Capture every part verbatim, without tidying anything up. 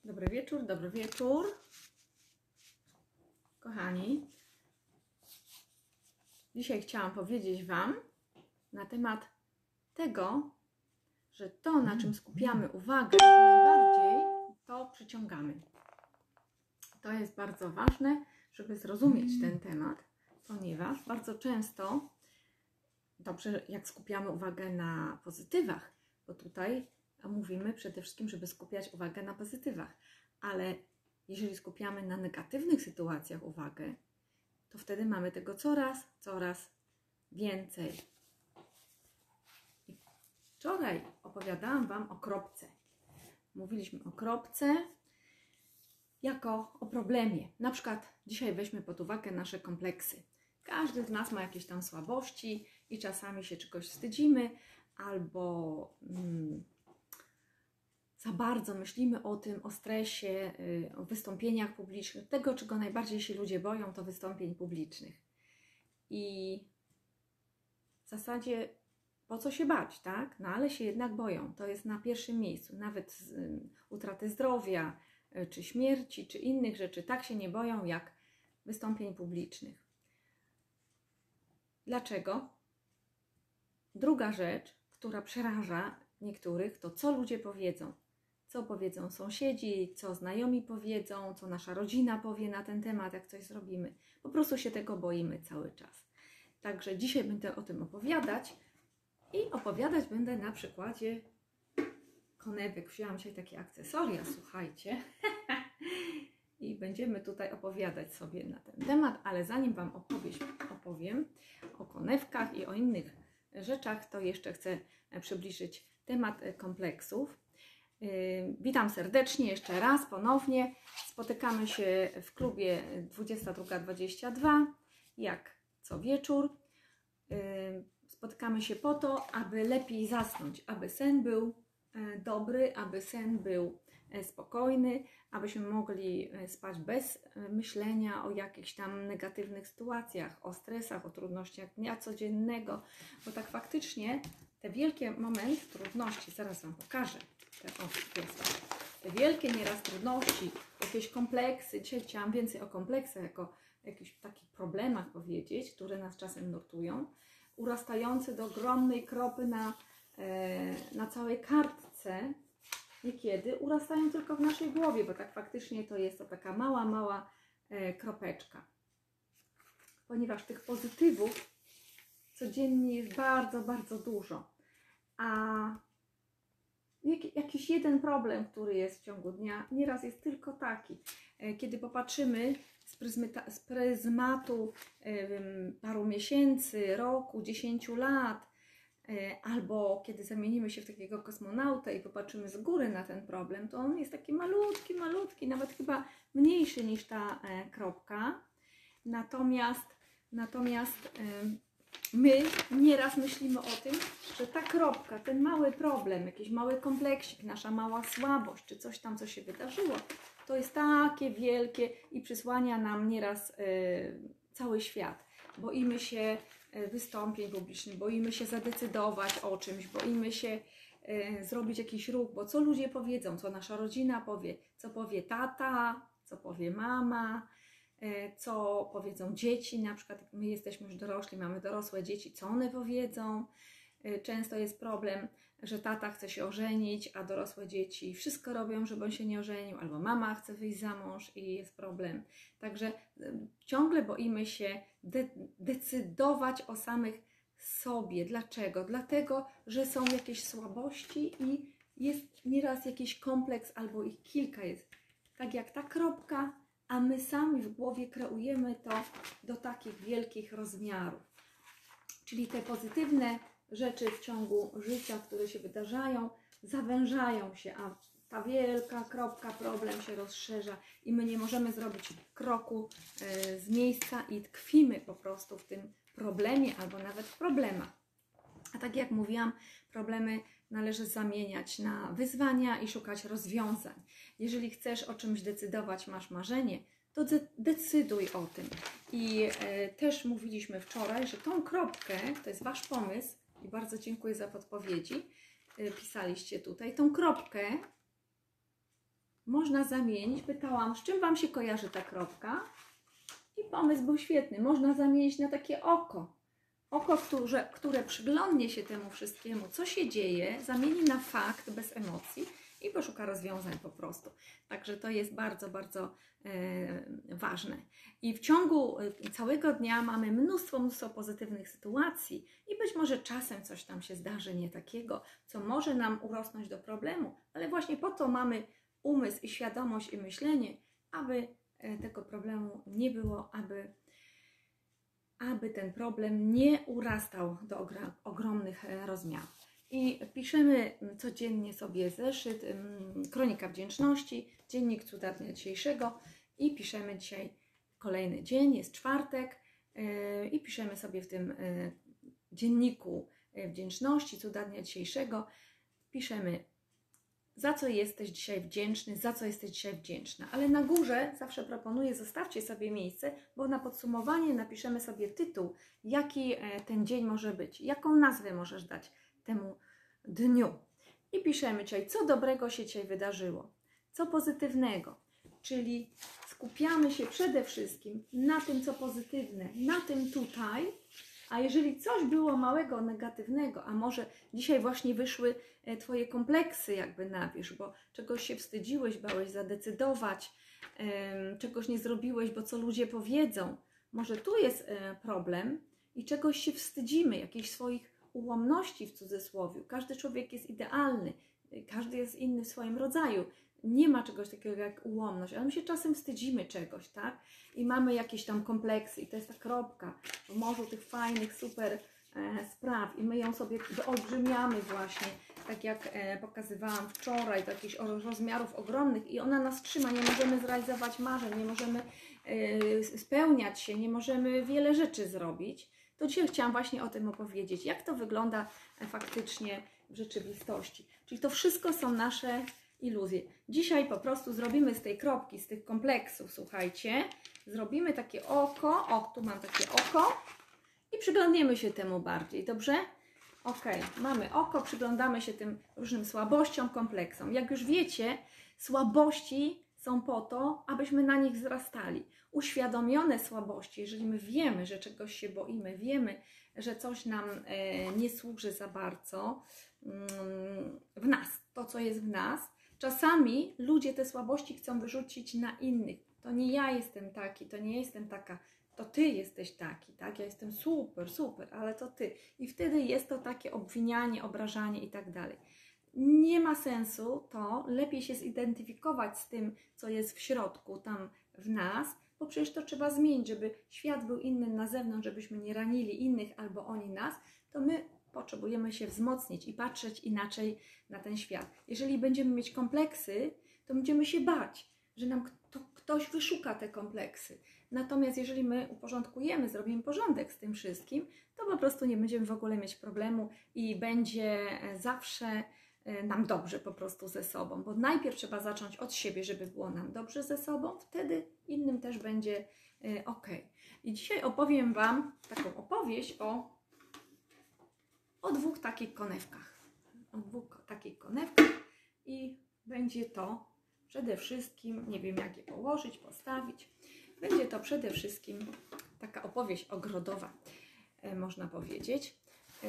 Dobry wieczór, dobry wieczór. Kochani, dzisiaj chciałam powiedzieć Wam na temat tego, że to, na czym skupiamy uwagę najbardziej, to przyciągamy. To jest bardzo ważne, żeby zrozumieć ten temat, ponieważ bardzo często, dobrze jak skupiamy uwagę na pozytywach, bo tutaj mówimy przede wszystkim, żeby skupiać uwagę na pozytywach, ale jeżeli skupiamy na negatywnych sytuacjach uwagę, to wtedy mamy tego coraz, coraz więcej. I wczoraj opowiadałam Wam o kropce. Mówiliśmy o kropce jako o problemie. Na przykład dzisiaj weźmy pod uwagę nasze kompleksy. Każdy z nas ma jakieś tam słabości i czasami się czegoś wstydzimy albo mm, za bardzo myślimy o tym, o stresie, o wystąpieniach publicznych. Tego, czego najbardziej się ludzie boją, to wystąpień publicznych. I w zasadzie po co się bać, tak? No ale się jednak boją. To jest na pierwszym miejscu. Nawet z, um, utraty zdrowia, czy śmierci, czy innych rzeczy. Tak się nie boją jak wystąpień publicznych. Dlaczego? Druga rzecz, która przeraża niektórych, to co ludzie powiedzą. Co powiedzą sąsiedzi, co znajomi powiedzą, co nasza rodzina powie na ten temat, jak coś zrobimy. Po prostu się tego boimy cały czas. Także dzisiaj będę o tym opowiadać i opowiadać będę na przykładzie konewek. Wzięłam dzisiaj takie akcesoria, słuchajcie. I będziemy tutaj opowiadać sobie na ten temat, ale zanim Wam opowieść, opowiem o konewkach i o innych rzeczach, to jeszcze chcę przybliżyć temat kompleksów. Witam serdecznie jeszcze raz, ponownie. Spotykamy się w klubie dwudziesta druga dwadzieścia dwa, jak co wieczór. Spotykamy się po to, aby lepiej zasnąć, aby sen był dobry, aby sen był spokojny, abyśmy mogli spać bez myślenia o jakichś tam negatywnych sytuacjach, o stresach, o trudnościach dnia codziennego, bo tak faktycznie te wielkie momenty trudności, zaraz Wam pokażę, te, o, jest, te wielkie nieraz trudności, jakieś kompleksy, dzisiaj chciałam więcej o kompleksach, jako jakichś takich problemach powiedzieć, które nas czasem nurtują, urastające do ogromnej kropy na, e, na całej kartce, niekiedy urastają tylko w naszej głowie, bo tak faktycznie to jest to taka mała, mała e, kropeczka. Ponieważ tych pozytywów codziennie jest bardzo, bardzo dużo. A jak, jakiś jeden problem, który jest w ciągu dnia, nieraz jest tylko taki. E, kiedy popatrzymy z, pryzmata, z pryzmatu e, paru miesięcy, roku, dziesięciu lat, albo kiedy zamienimy się w takiego kosmonauta i popatrzymy z góry na ten problem, to on jest taki malutki, malutki, nawet chyba mniejszy niż ta e, kropka. Natomiast, natomiast e, my nieraz myślimy o tym, że ta kropka, ten mały problem, jakiś mały kompleksik, nasza mała słabość, czy coś tam, co się wydarzyło, to jest takie wielkie i przysłania nam nieraz e, cały świat. Boimy się wystąpień publicznych, boimy się zadecydować o czymś, boimy się e, zrobić jakiś ruch, bo co ludzie powiedzą, co nasza rodzina powie, co powie tata, co powie mama, e, co powiedzą dzieci, na przykład jak my jesteśmy już dorośli, mamy dorosłe dzieci, co one powiedzą. E, często jest problem, że tata chce się ożenić, a dorosłe dzieci wszystko robią, żeby on się nie ożenił, albo mama chce wyjść za mąż i jest problem. Także ciągle boimy się de decydować o samych sobie. Dlaczego? Dlatego, że są jakieś słabości i jest nieraz jakiś kompleks, albo ich kilka jest. Tak jak ta kropka, a my sami w głowie kreujemy to do takich wielkich rozmiarów. Czyli te pozytywne rzeczy w ciągu życia, które się wydarzają, zawężają się, a ta wielka kropka, problem się rozszerza i my nie możemy zrobić kroku e, z miejsca i tkwimy po prostu w tym problemie albo nawet w problemach. A tak jak mówiłam, problemy należy zamieniać na wyzwania i szukać rozwiązań. Jeżeli chcesz o czymś decydować, masz marzenie, to de decyduj o tym. I e, też mówiliśmy wczoraj, że tą kropkę, to jest Wasz pomysł i bardzo dziękuję za podpowiedzi, e, pisaliście tutaj, tą kropkę można zamienić. Pytałam, z czym Wam się kojarzy ta kropka? I pomysł był świetny. Można zamienić na takie oko. Oko, które, które przyglądnie się temu wszystkiemu, co się dzieje, zamieni na fakt bez emocji i poszuka rozwiązań po prostu. Także to jest bardzo, bardzo e, ważne. I w ciągu całego dnia mamy mnóstwo, mnóstwo pozytywnych sytuacji i być może czasem coś tam się zdarzy nie takiego, co może nam urosnąć do problemu, ale właśnie po to mamy umysł i świadomość i myślenie, aby tego problemu nie było, aby, aby ten problem nie urastał do ogromnych rozmiarów. I piszemy codziennie sobie zeszyt, kronika wdzięczności, dziennik cuda dnia dzisiejszego i piszemy dzisiaj kolejny dzień, jest czwartek i piszemy sobie w tym dzienniku wdzięczności, cuda dnia dzisiejszego, piszemy, za co jesteś dzisiaj wdzięczny, za co jesteś dzisiaj wdzięczna. Ale na górze zawsze proponuję, zostawcie sobie miejsce, bo na podsumowanie napiszemy sobie tytuł, jaki ten dzień może być, jaką nazwę możesz dać temu dniu. I piszemy dzisiaj, co dobrego się dzisiaj wydarzyło, co pozytywnego, czyli skupiamy się przede wszystkim na tym, co pozytywne, na tym tutaj, a jeżeli coś było małego, negatywnego, a może dzisiaj właśnie wyszły Twoje kompleksy jakby na wierzch, bo czegoś się wstydziłeś, bałeś zadecydować, czegoś nie zrobiłeś, bo co ludzie powiedzą, może tu jest problem i czegoś się wstydzimy, jakichś swoich ułomności w cudzysłowie. Każdy człowiek jest idealny, każdy jest inny w swoim rodzaju. Nie ma czegoś takiego jak ułomność, ale my się czasem wstydzimy czegoś, tak? I mamy jakieś tam kompleksy i to jest ta kropka w morzu tych fajnych, super e, spraw i my ją sobie wyolbrzymiamy właśnie, tak jak e, pokazywałam wczoraj, do jakichś rozmiarów ogromnych i ona nas trzyma, nie możemy zrealizować marzeń, nie możemy e, spełniać się, nie możemy wiele rzeczy zrobić. To dzisiaj chciałam właśnie o tym opowiedzieć, jak to wygląda e, faktycznie w rzeczywistości. Czyli to wszystko są nasze iluzje. Dzisiaj po prostu zrobimy z tej kropki, z tych kompleksów, słuchajcie, zrobimy takie oko, o, tu mam takie oko i przyglądniemy się temu bardziej, dobrze? Ok, mamy oko, przyglądamy się tym różnym słabościom, kompleksom. Jak już wiecie, słabości są po to, abyśmy na nich wzrastali. Uświadomione słabości, jeżeli my wiemy, że czegoś się boimy, wiemy, że coś nam e, nie służy za bardzo mm, w nas, to co jest w nas, czasami ludzie te słabości chcą wyrzucić na innych. To nie ja jestem taki, to nie jestem taka, to ty jesteś taki, tak? Ja jestem super, super, ale to ty. I wtedy jest to takie obwinianie, obrażanie i tak dalej. Nie ma sensu to, lepiej się zidentyfikować z tym, co jest w środku, tam w nas, bo przecież to trzeba zmienić, żeby świat był inny na zewnątrz, żebyśmy nie ranili innych albo oni nas, to my potrzebujemy się wzmocnić i patrzeć inaczej na ten świat. Jeżeli będziemy mieć kompleksy, to będziemy się bać, że nam kto, ktoś wyszuka te kompleksy. Natomiast jeżeli my uporządkujemy, zrobimy porządek z tym wszystkim, to po prostu nie będziemy w ogóle mieć problemu i będzie zawsze nam dobrze po prostu ze sobą. Bo najpierw trzeba zacząć od siebie, żeby było nam dobrze ze sobą, wtedy innym też będzie ok. I dzisiaj opowiem Wam taką opowieść o o dwóch takich konewkach. O dwóch takich konewkach i będzie to przede wszystkim, nie wiem jak je położyć, postawić, będzie to przede wszystkim taka opowieść ogrodowa, e, można powiedzieć. E,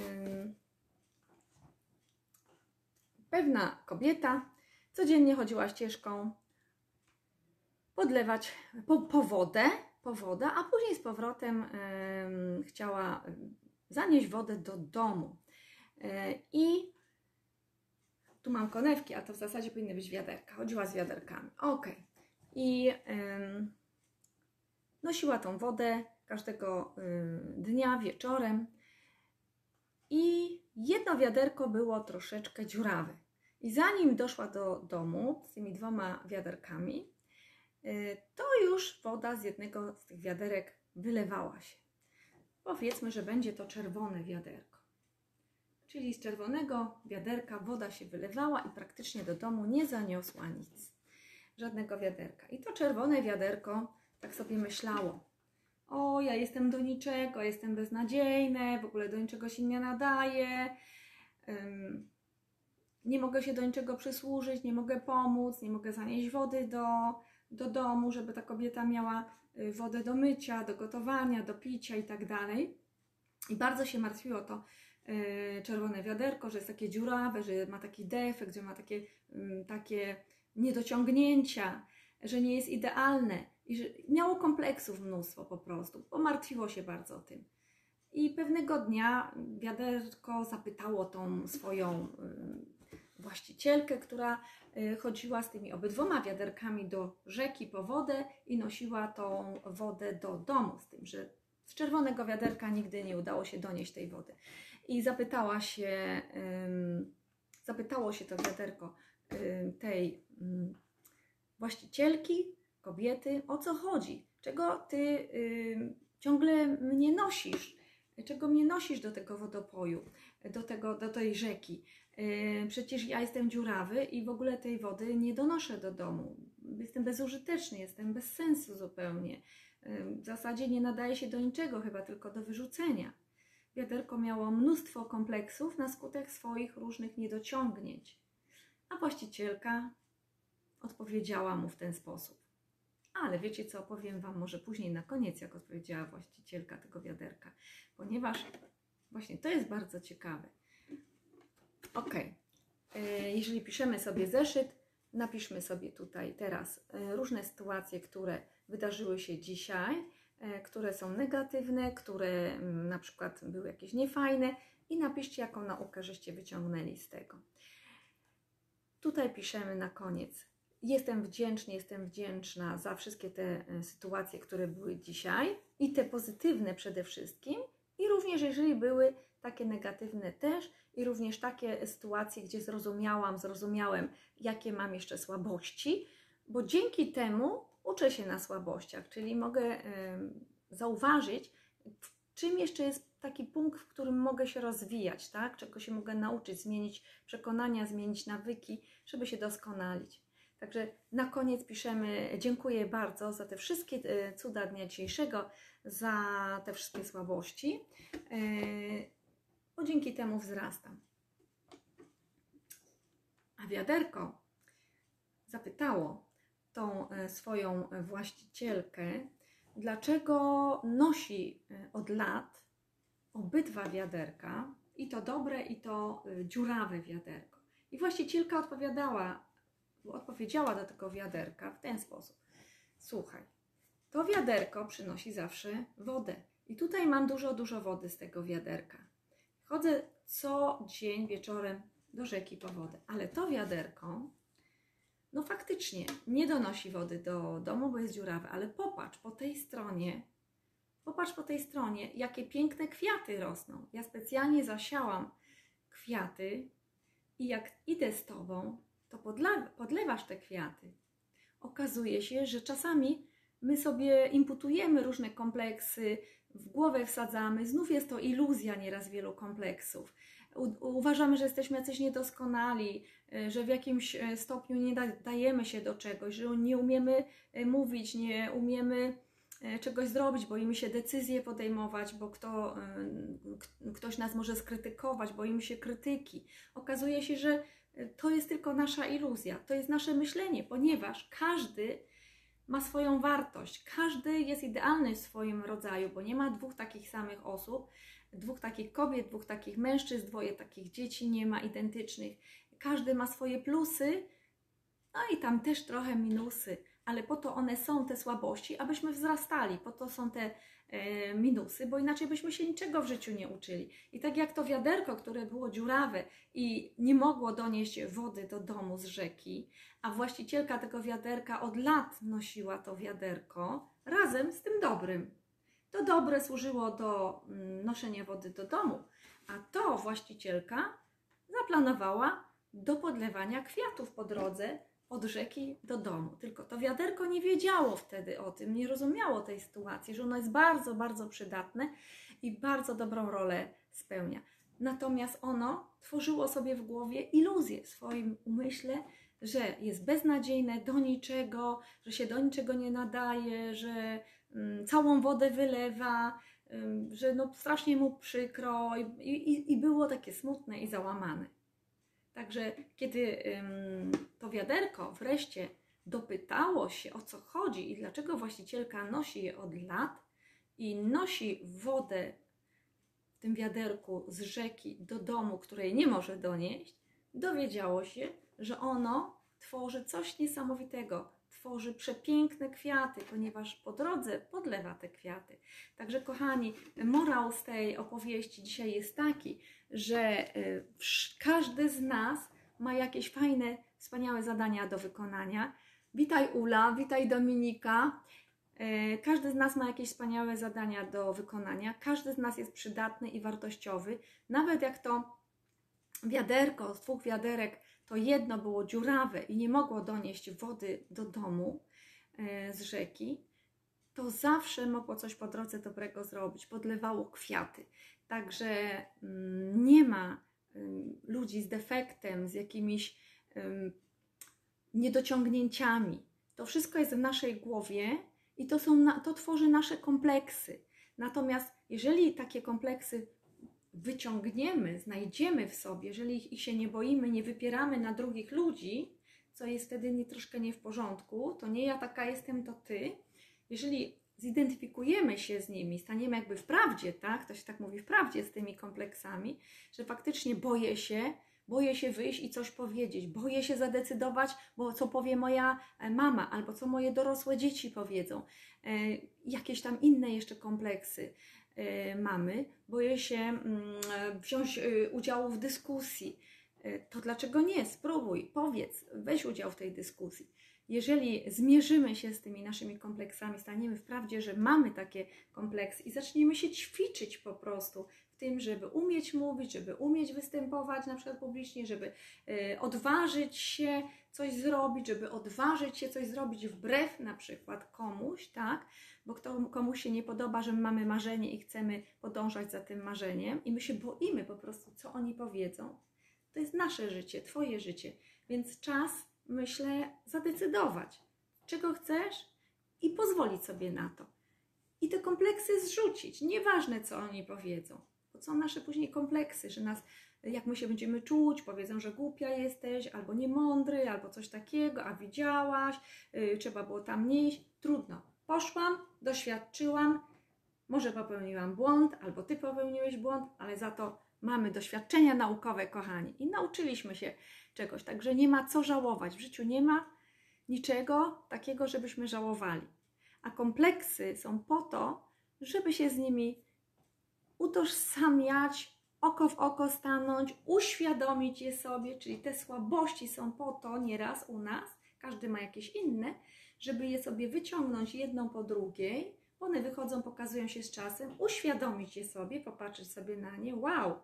pewna kobieta codziennie chodziła ścieżką podlewać po, po wodę, po wodę, a później z powrotem e, chciała zanieść wodę do domu. I tu mam konewki, a to w zasadzie powinny być wiaderka. Chodziła z wiaderkami. Ok. I ym, nosiła tą wodę każdego ym, dnia wieczorem. I jedno wiaderko było troszeczkę dziurawe. I zanim doszła do domu z tymi dwoma wiaderkami, yy, to już woda z jednego z tych wiaderek wylewała się. Powiedzmy, że będzie to czerwone wiaderko. Czyli z czerwonego wiaderka woda się wylewała i praktycznie do domu nie zaniosła nic. Żadnego wiaderka. I to czerwone wiaderko tak sobie myślało. O, ja jestem do niczego, jestem beznadziejne, w ogóle do niczego się nie nadaje. Um, nie mogę się do niczego przysłużyć, nie mogę pomóc, nie mogę zanieść wody do, do domu, żeby ta kobieta miała wodę do mycia, do gotowania, do picia i tak dalej. I bardzo się martwiło to yy, czerwone wiaderko, że jest takie dziurawe, że ma taki defekt, że ma takie, yy, takie niedociągnięcia, że nie jest idealne i że miało kompleksów mnóstwo po prostu, pomartwiło się bardzo o tym. I pewnego dnia wiaderko zapytało tą swoją yy, właścicielkę, która yy, chodziła z tymi obydwoma wiaderkami do rzeki po wodę i nosiła tą wodę do domu, z tym, że z czerwonego wiaderka nigdy nie udało się donieść tej wody. I zapytała się, yy, zapytało się to wiaderko yy, tej yy, właścicielki, kobiety, o co chodzi? Czego ty yy, ciągle mnie nosisz? Czego mnie nosisz do tego wodopoju, do, tego, do tej rzeki? Yy, przecież ja jestem dziurawy i w ogóle tej wody nie donoszę do domu. Jestem bezużyteczny, jestem bez sensu zupełnie. W zasadzie nie nadaje się do niczego, chyba tylko do wyrzucenia. Wiaderko miało mnóstwo kompleksów na skutek swoich różnych niedociągnięć. A właścicielka odpowiedziała mu w ten sposób. Ale wiecie co, powiem wam może później na koniec, jak odpowiedziała właścicielka tego wiaderka. Ponieważ właśnie to jest bardzo ciekawe. Ok, jeżeli piszemy sobie zeszyt, napiszmy sobie tutaj teraz różne sytuacje, które wydarzyły się dzisiaj, które są negatywne, które na przykład były jakieś niefajne i napiszcie, jaką naukę żeście wyciągnęli z tego. Tutaj piszemy na koniec. Jestem wdzięczny, jestem wdzięczna za wszystkie te sytuacje, które były dzisiaj i te pozytywne przede wszystkim i również jeżeli były takie negatywne też i również takie sytuacje, gdzie zrozumiałam, zrozumiałem, jakie mam jeszcze słabości, bo dzięki temu uczę się na słabościach, czyli mogę y, zauważyć, w czym jeszcze jest taki punkt, w którym mogę się rozwijać, tak? Czego się mogę nauczyć, zmienić przekonania, zmienić nawyki, żeby się doskonalić. Także na koniec piszemy dziękuję bardzo za te wszystkie cuda dnia dzisiejszego, za te wszystkie słabości, bo dzięki temu wzrastam. A wiaderko zapytało tą swoją właścicielkę, dlaczego nosi od lat obydwa wiaderka, i to dobre, i to dziurawe wiaderko. I właścicielka odpowiadała, odpowiedziała do tego wiaderka w ten sposób. Słuchaj, to wiaderko przynosi zawsze wodę. I tutaj mam dużo, dużo wody z tego wiaderka. Chodzę co dzień wieczorem do rzeki po wodę. Ale to wiaderko, no faktycznie nie donosi wody do domu, bo jest dziurawe. Ale popatrz po tej stronie, popatrz po tej stronie, jakie piękne kwiaty rosną. Ja specjalnie zasiałam kwiaty i jak idę z tobą, to podla- podlewasz te kwiaty. Okazuje się, że czasami my sobie imputujemy różne kompleksy, w głowę wsadzamy, znów jest to iluzja nieraz wielu kompleksów. U- uważamy, że jesteśmy jacyś niedoskonali, że w jakimś stopniu nie da- dajemy się do czegoś, że nie umiemy mówić, nie umiemy czegoś zrobić, boimy się decyzje podejmować, bo kto, ktoś nas może skrytykować, boimy się krytyki. Okazuje się, że to jest tylko nasza iluzja, to jest nasze myślenie, ponieważ każdy ma swoją wartość, każdy jest idealny w swoim rodzaju, bo nie ma dwóch takich samych osób, dwóch takich kobiet, dwóch takich mężczyzn, dwoje takich dzieci nie ma identycznych. Każdy ma swoje plusy, no i tam też trochę minusy, ale po to one są, te słabości, abyśmy wzrastali, po to są te e, minusy, bo inaczej byśmy się niczego w życiu nie uczyli. I tak jak to wiaderko, które było dziurawe i nie mogło donieść wody do domu z rzeki, a właścicielka tego wiaderka od lat nosiła to wiaderko razem z tym dobrym. To dobre służyło do mm, noszenia wody do domu, a to właścicielka zaplanowała do podlewania kwiatów po drodze od rzeki do domu. Tylko to wiaderko nie wiedziało wtedy o tym, nie rozumiało tej sytuacji, że ono jest bardzo, bardzo przydatne i bardzo dobrą rolę spełnia. Natomiast ono tworzyło sobie w głowie iluzję w swoim umyśle, że jest beznadziejne, do niczego, że się do niczego nie nadaje, że um, całą wodę wylewa, um, że no strasznie mu przykro i, i, i było takie smutne i załamane. Także kiedy ym, to wiaderko wreszcie dopytało się, o co chodzi i dlaczego właścicielka nosi je od lat i nosi wodę w tym wiaderku z rzeki do domu, której nie może donieść, dowiedziało się, że ono tworzy coś niesamowitego. Tworzy przepiękne kwiaty, ponieważ po drodze podlewa te kwiaty. Także kochani, morał z tej opowieści dzisiaj jest taki, że każdy z nas ma jakieś fajne, wspaniałe zadania do wykonania. Witaj Ula, witaj Dominika. Każdy z nas ma jakieś wspaniałe zadania do wykonania. Każdy z nas jest przydatny i wartościowy. Nawet jak to wiaderko z dwóch wiaderek, to jedno było dziurawe i nie mogło donieść wody do domu z rzeki, to zawsze mogło coś po drodze dobrego zrobić. Podlewało kwiaty. Także nie ma ludzi z defektem, z jakimiś niedociągnięciami. To wszystko jest w naszej głowie i to, są, to tworzy nasze kompleksy. Natomiast jeżeli takie kompleksy wyciągniemy, znajdziemy w sobie, jeżeli ich się nie boimy, nie wypieramy na drugich ludzi, co jest wtedy nie, troszkę nie w porządku, to nie ja taka jestem, to ty. Jeżeli zidentyfikujemy się z nimi, staniemy jakby w prawdzie, tak? To się tak mówi, w prawdzie z tymi kompleksami, że faktycznie boję się, boję się wyjść i coś powiedzieć, boję się zadecydować, bo co powie moja mama, albo co moje dorosłe dzieci powiedzą. E, jakieś tam inne jeszcze kompleksy e, mamy. Boję się mm, wziąć e, udziału w dyskusji. E, to dlaczego nie? Spróbuj, powiedz, weź udział w tej dyskusji. Jeżeli zmierzymy się z tymi naszymi kompleksami, staniemy w prawdzie, że mamy takie kompleksy i zaczniemy się ćwiczyć po prostu w tym, żeby umieć mówić, żeby umieć występować na przykład publicznie, żeby y, odważyć się coś zrobić, żeby odważyć się coś zrobić wbrew na przykład komuś, tak? Bo kto, komuś się nie podoba, że my mamy marzenie i chcemy podążać za tym marzeniem i my się boimy po prostu, co oni powiedzą. To jest nasze życie, twoje życie, więc czas, myślę, zadecydować, czego chcesz i pozwolić sobie na to. I te kompleksy zrzucić, nieważne co oni powiedzą. Bo są nasze później kompleksy, że nas, jak my się będziemy czuć, powiedzą, że głupia jesteś, albo niemądry, albo coś takiego, a widziałaś, yy, trzeba było tam nie iść. Trudno. Poszłam, doświadczyłam, może popełniłam błąd, albo ty popełniłeś błąd, ale za to mamy doświadczenia naukowe, kochani. I nauczyliśmy się czegoś, także nie ma co żałować. W życiu nie ma niczego takiego, żebyśmy żałowali. A kompleksy są po to, żeby się z nimi utożsamiać, oko w oko stanąć, uświadomić je sobie, czyli te słabości są po to nieraz u nas, każdy ma jakieś inne, żeby je sobie wyciągnąć jedną po drugiej, one wychodzą, pokazują się z czasem, uświadomić je sobie, popatrzeć sobie na nie, wow,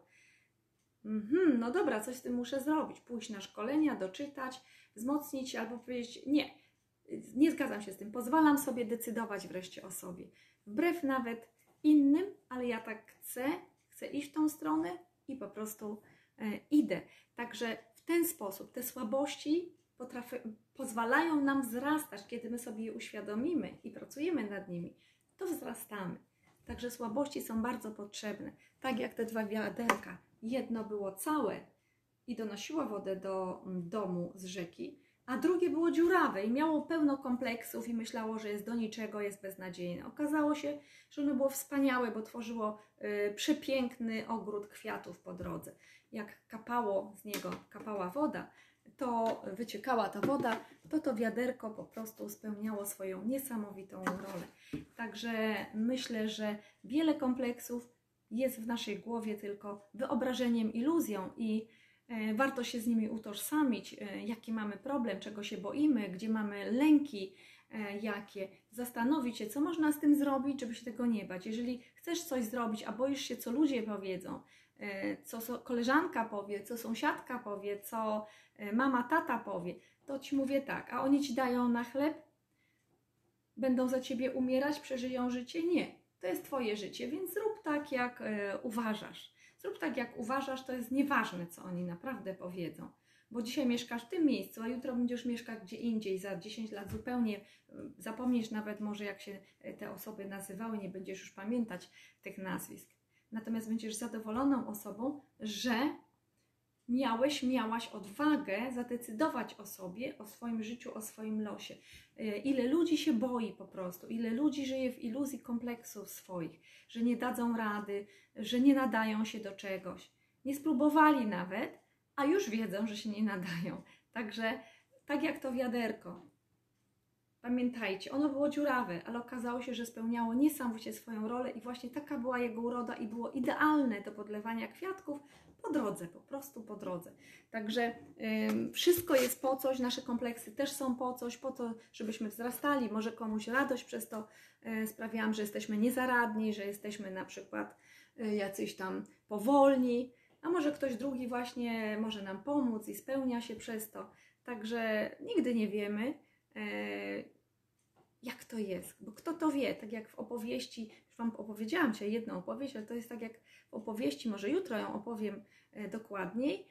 mhm, no dobra, coś z tym muszę zrobić, pójść na szkolenia, doczytać, wzmocnić się albo powiedzieć, nie, nie zgadzam się z tym, pozwalam sobie decydować wreszcie o sobie, wbrew nawet innym, ale ja tak chcę, chcę iść w tą stronę i po prostu e, idę. Także w ten sposób te słabości potrafi, pozwalają nam wzrastać, kiedy my sobie je uświadomimy i pracujemy nad nimi, to wzrastamy. Także słabości są bardzo potrzebne. Tak jak te dwa wiaderka. Jedno było całe i donosiło wodę do domu z rzeki, a drugie było dziurawe i miało pełno kompleksów i myślało, że jest do niczego, jest beznadziejne. Okazało się, że ono było wspaniałe, bo tworzyło y, przepiękny ogród kwiatów po drodze. Jak kapało z niego, kapała woda, to wyciekała ta woda, to to wiaderko po prostu spełniało swoją niesamowitą rolę. Także myślę, że wiele kompleksów jest w naszej głowie tylko wyobrażeniem, iluzją i e, warto się z nimi utożsamić, e, jaki mamy problem, czego się boimy, gdzie mamy lęki, e, jakie. Zastanowić się, co można z tym zrobić, żeby się tego nie bać. Jeżeli chcesz coś zrobić, a boisz się, co ludzie powiedzą, e, co so, koleżanka powie, co sąsiadka powie, co e, mama, tata powie, to ci mówię tak, a oni ci dają na chleb? Będą za ciebie umierać, przeżyją życie? Nie. To jest twoje życie, więc zrób tak, jak e, uważasz. Zrób tak, jak uważasz, to jest nieważne, co oni naprawdę powiedzą. Bo dzisiaj mieszkasz w tym miejscu, a jutro będziesz mieszkać gdzie indziej, za dziesięć lat zupełnie e, zapomnisz nawet może, jak się te osoby nazywały, nie będziesz już pamiętać tych nazwisk. Natomiast będziesz zadowoloną osobą, że miałeś, miałaś odwagę zadecydować o sobie, o swoim życiu, o swoim losie. Ile ludzi się boi po prostu, ile ludzi żyje w iluzji kompleksów swoich, że nie dadzą rady, że nie nadają się do czegoś. Nie spróbowali nawet, a już wiedzą, że się nie nadają. Także tak jak to wiaderko. Pamiętajcie, ono było dziurawe, ale okazało się, że spełniało niesamowicie swoją rolę i właśnie taka była jego uroda i było idealne do podlewania kwiatków po drodze, po prostu po drodze. Także ym, wszystko jest po coś, nasze kompleksy też są po coś, po to, żebyśmy wzrastali, może komuś radość przez to y, sprawiałam, że jesteśmy niezaradni, że jesteśmy na przykład y, jacyś tam powolni, a może ktoś drugi właśnie może nam pomóc i spełnia się przez to. Także nigdy nie wiemy, jak to jest, bo kto to wie, tak jak w opowieści, już Wam opowiedziałam dzisiaj jedną opowieść, ale to jest tak jak w opowieści, może jutro ją opowiem dokładniej,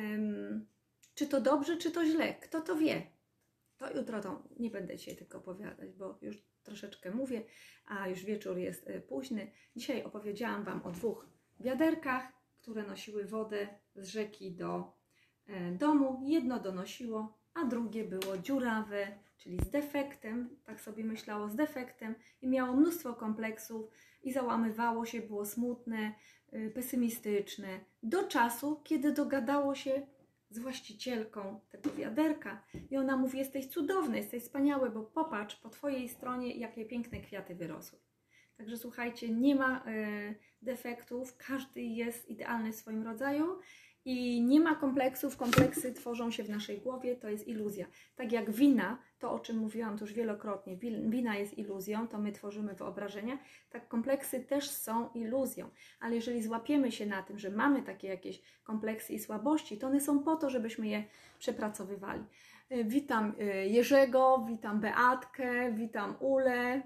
czy to dobrze, czy to źle, kto to wie, to jutro to nie będę dzisiaj tylko opowiadać, bo już troszeczkę mówię, a już wieczór jest późny. Dzisiaj opowiedziałam Wam o dwóch wiaderkach, które nosiły wodę z rzeki do domu, jedno donosiło, a drugie było dziurawe, czyli z defektem, tak sobie myślało, z defektem i miało mnóstwo kompleksów i załamywało się, było smutne, pesymistyczne, do czasu, kiedy dogadało się z właścicielką tego wiaderka i ona mówi: jesteś cudowny, jesteś wspaniały, bo popatrz, po Twojej stronie jakie piękne kwiaty wyrosły. Także słuchajcie, nie ma y, defektów, każdy jest idealny w swoim rodzaju. I nie ma kompleksów, kompleksy tworzą się w naszej głowie, to jest iluzja. Tak jak wina, to o czym mówiłam to już wielokrotnie, wina jest iluzją, to my tworzymy wyobrażenia, tak kompleksy też są iluzją. Ale jeżeli złapiemy się na tym, że mamy takie jakieś kompleksy i słabości, to one są po to, żebyśmy je przepracowywali. Witam Jerzego, witam Beatkę, witam Ulę,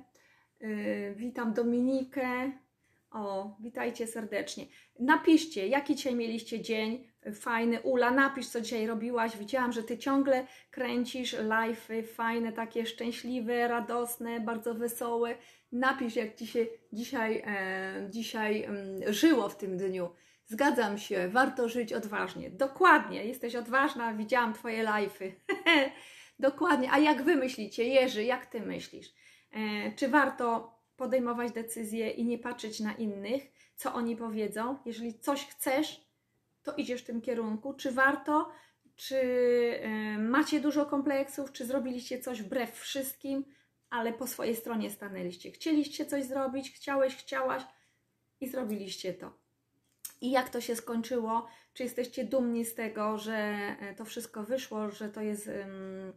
witam Dominikę. O, witajcie serdecznie. Napiszcie, jaki dzisiaj mieliście dzień fajny. Ula, napisz, co dzisiaj robiłaś. Widziałam, że Ty ciągle kręcisz live'y fajne, takie szczęśliwe, radosne, bardzo wesołe. Napisz, jak Ci się dzisiaj, e, dzisiaj e, żyło w tym dniu. Zgadzam się, warto żyć odważnie. Dokładnie, jesteś odważna, widziałam Twoje live'y. Dokładnie. A jak Wy myślicie? Jerzy, jak Ty myślisz? E, czy warto podejmować decyzje i nie patrzeć na innych, co oni powiedzą? Jeżeli coś chcesz, to idziesz w tym kierunku. Czy warto? Czy y, macie dużo kompleksów? Czy zrobiliście coś wbrew wszystkim, ale po swojej stronie stanęliście? Chcieliście coś zrobić, chciałeś, chciałaś i zrobiliście to. I jak to się skończyło? Czy jesteście dumni z tego, że to wszystko wyszło, że to jest... Ym,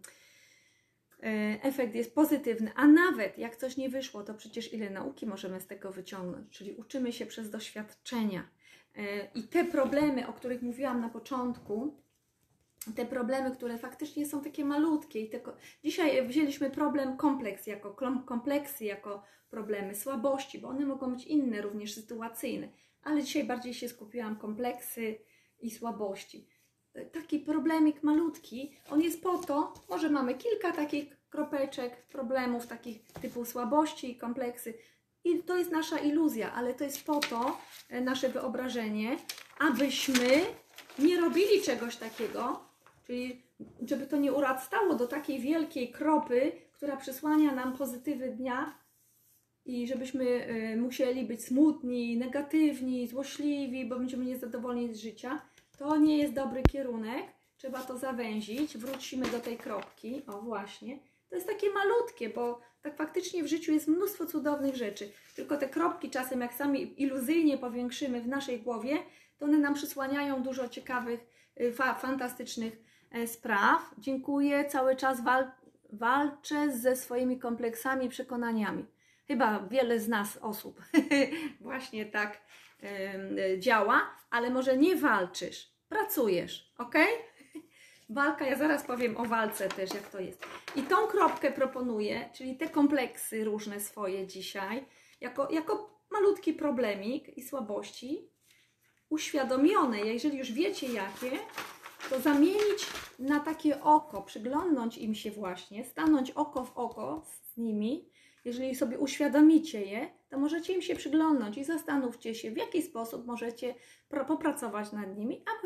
efekt jest pozytywny, a nawet jak coś nie wyszło, to przecież ile nauki możemy z tego wyciągnąć, czyli uczymy się przez doświadczenia. I te problemy, o których mówiłam na początku, te problemy, które faktycznie są takie malutkie i tylko... Dzisiaj wzięliśmy problem kompleks jako kompleksy, jako problemy słabości, bo one mogą być inne, również sytuacyjne, ale dzisiaj bardziej się skupiłam kompleksy i słabości. Taki problemik malutki, on jest po to, może mamy kilka takich kropeczek, problemów takich typu słabości i kompleksy i to jest nasza iluzja, ale to jest po to nasze wyobrażenie, abyśmy nie robili czegoś takiego, czyli żeby to nie urastało do takiej wielkiej kropy, która przysłania nam pozytywy dnia i żebyśmy musieli być smutni, negatywni, złośliwi, bo będziemy niezadowoleni z życia. To nie jest dobry kierunek, trzeba to zawęzić, wrócimy do tej kropki, o właśnie. To jest takie malutkie, bo tak faktycznie w życiu jest mnóstwo cudownych rzeczy, tylko te kropki czasem jak sami iluzyjnie powiększymy w naszej głowie, to one nam przysłaniają dużo ciekawych, fa fantastycznych spraw. Dziękuję, cały czas wal walczę ze swoimi kompleksami i przekonaniami. Chyba wiele z nas osób właśnie tak yy, działa, ale może nie walczysz, pracujesz, ok? Walka, ja zaraz powiem o walce też, jak to jest. I tą kropkę proponuję, czyli te kompleksy różne swoje dzisiaj, jako, jako malutki problemik i słabości, uświadomione, jeżeli już wiecie jakie, to zamienić na takie oko, przyglądnąć im się właśnie, stanąć oko w oko z nimi. Jeżeli sobie uświadomicie je, to możecie im się przyglądnąć i zastanówcie się, w jaki sposób możecie popracować nad nimi, aby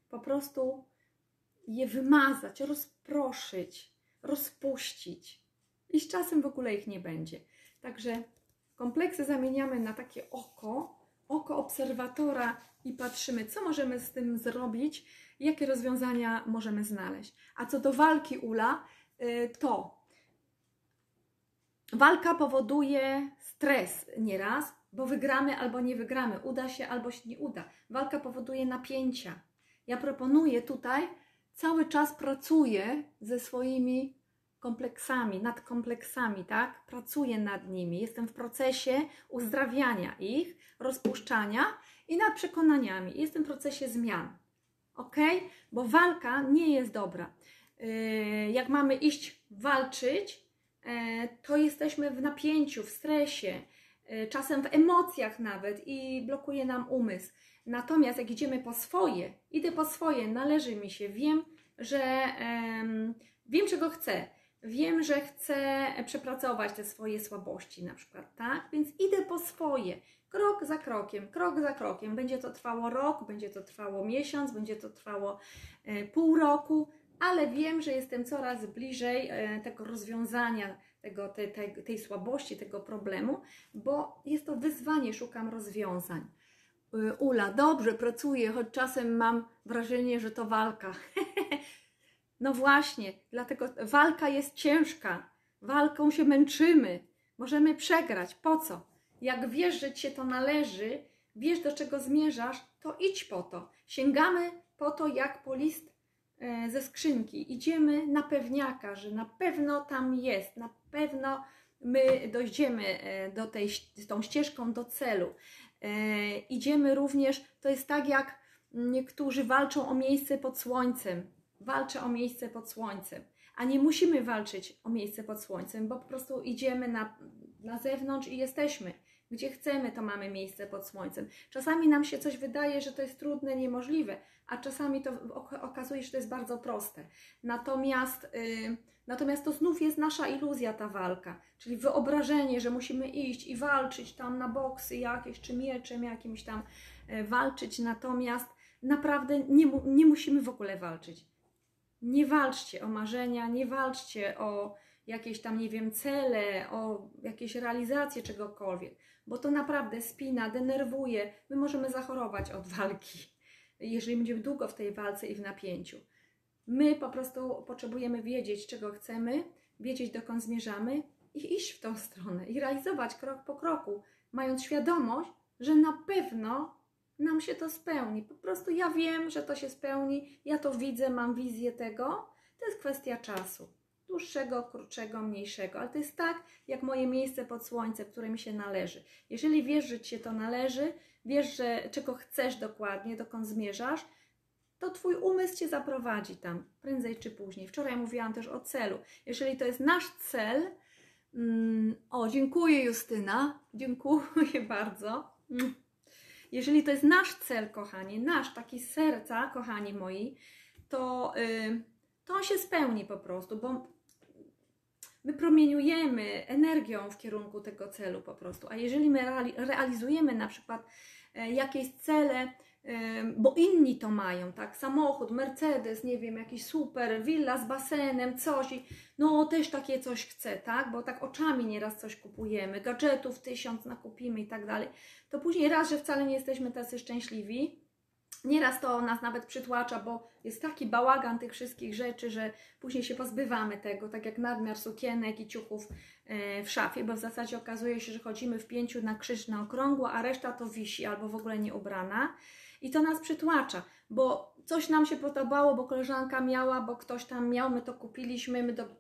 po prostu je wymazać, rozproszyć, rozpuścić i z czasem w ogóle ich nie będzie. Także kompleksy zamieniamy na takie oko, oko obserwatora i patrzymy, co możemy z tym zrobić, jakie rozwiązania możemy znaleźć. A co do walki, Ula, to walka powoduje stres nieraz, bo wygramy albo nie wygramy, uda się albo się nie uda. Walka powoduje napięcia. Ja proponuję tutaj, cały czas pracuję ze swoimi kompleksami, nad kompleksami, tak? Pracuję nad nimi. Jestem w procesie uzdrawiania ich, rozpuszczania i nad przekonaniami. Jestem w procesie zmian. Ok? Bo walka nie jest dobra. Yy, jak mamy iść walczyć, yy, to jesteśmy w napięciu, w stresie, yy, czasem w emocjach nawet i blokuje nam umysł. Natomiast jak idziemy po swoje, idę po swoje, należy mi się, wiem, że yy, wiem, czego chcę. Wiem, że chcę przepracować te swoje słabości na przykład, tak? Więc idę po swoje, krok za krokiem, krok za krokiem. Będzie to trwało rok, będzie to trwało miesiąc, będzie to trwało e, pół roku, ale wiem, że jestem coraz bliżej e, tego rozwiązania, tego, te, te, tej słabości, tego problemu, bo jest to wyzwanie, szukam rozwiązań. E, Ula, dobrze, pracuję, choć czasem mam wrażenie, że to walka. No właśnie, dlatego walka jest ciężka, walką się męczymy, możemy przegrać. Po co? Jak wiesz, że Ci się to należy, wiesz, do czego zmierzasz, to idź po to. Sięgamy po to jak po list e, ze skrzynki. Idziemy na pewniaka, że na pewno tam jest, na pewno my dojdziemy e, do tej, tą ścieżką do celu. E, idziemy również, to jest tak jak niektórzy walczą o miejsce pod słońcem. Walczę o miejsce pod słońcem, a nie musimy walczyć o miejsce pod słońcem, bo po prostu idziemy na, na zewnątrz i jesteśmy. Gdzie chcemy, to mamy miejsce pod słońcem. Czasami nam się coś wydaje, że to jest trudne, niemożliwe, a czasami to okazuje się, że to jest bardzo proste. Natomiast, yy, natomiast to znów jest nasza iluzja, ta walka, czyli wyobrażenie, że musimy iść i walczyć tam na boksy jakieś, czy mieczem jakimś tam yy, walczyć, natomiast naprawdę nie, nie musimy w ogóle walczyć. Nie walczcie o marzenia, nie walczcie o jakieś tam, nie wiem, cele, o jakieś realizacje czegokolwiek, bo to naprawdę spina, denerwuje. My możemy zachorować od walki, jeżeli będziemy długo w tej walce i w napięciu. My po prostu potrzebujemy wiedzieć, czego chcemy, wiedzieć, dokąd zmierzamy i iść w tą stronę i realizować krok po kroku, mając świadomość, że na pewno nam się to spełni. Po prostu ja wiem, że to się spełni, ja to widzę, mam wizję tego. To jest kwestia czasu. Dłuższego, krótszego, mniejszego. Ale to jest tak, jak moje miejsce pod słońcem, które mi się należy. Jeżeli wiesz, że Ci się to należy, wiesz, że czego chcesz dokładnie, dokąd zmierzasz, to Twój umysł Cię zaprowadzi tam, prędzej czy później. Wczoraj mówiłam też o celu. Jeżeli to jest nasz cel... Mm, o, dziękuję Justyna. Dziękuję bardzo. Mm. Jeżeli to jest nasz cel, kochani, nasz taki z serca, kochani moi, to, yy, to on się spełni po prostu, bo my promieniujemy energią w kierunku tego celu po prostu. A jeżeli my realizujemy na przykład yy, jakieś cele, yy, bo inni to mają, tak, samochód, Mercedes, nie wiem, jakiś super, willa z basenem, coś, i no też takie coś chcę, tak, bo tak oczami nieraz coś kupujemy, gadżetów tysiąc nakupimy i tak dalej, to później raz, że wcale nie jesteśmy tacy szczęśliwi, nieraz to nas nawet przytłacza, bo jest taki bałagan tych wszystkich rzeczy, że później się pozbywamy tego, tak jak nadmiar sukienek i ciuchów w szafie, bo w zasadzie okazuje się, że chodzimy w pięciu na krzyż na okrągło, a reszta to wisi albo w ogóle nie ubrana. I to nas przytłacza, bo coś nam się podobało, bo koleżanka miała, bo ktoś tam miał, my to kupiliśmy, my do,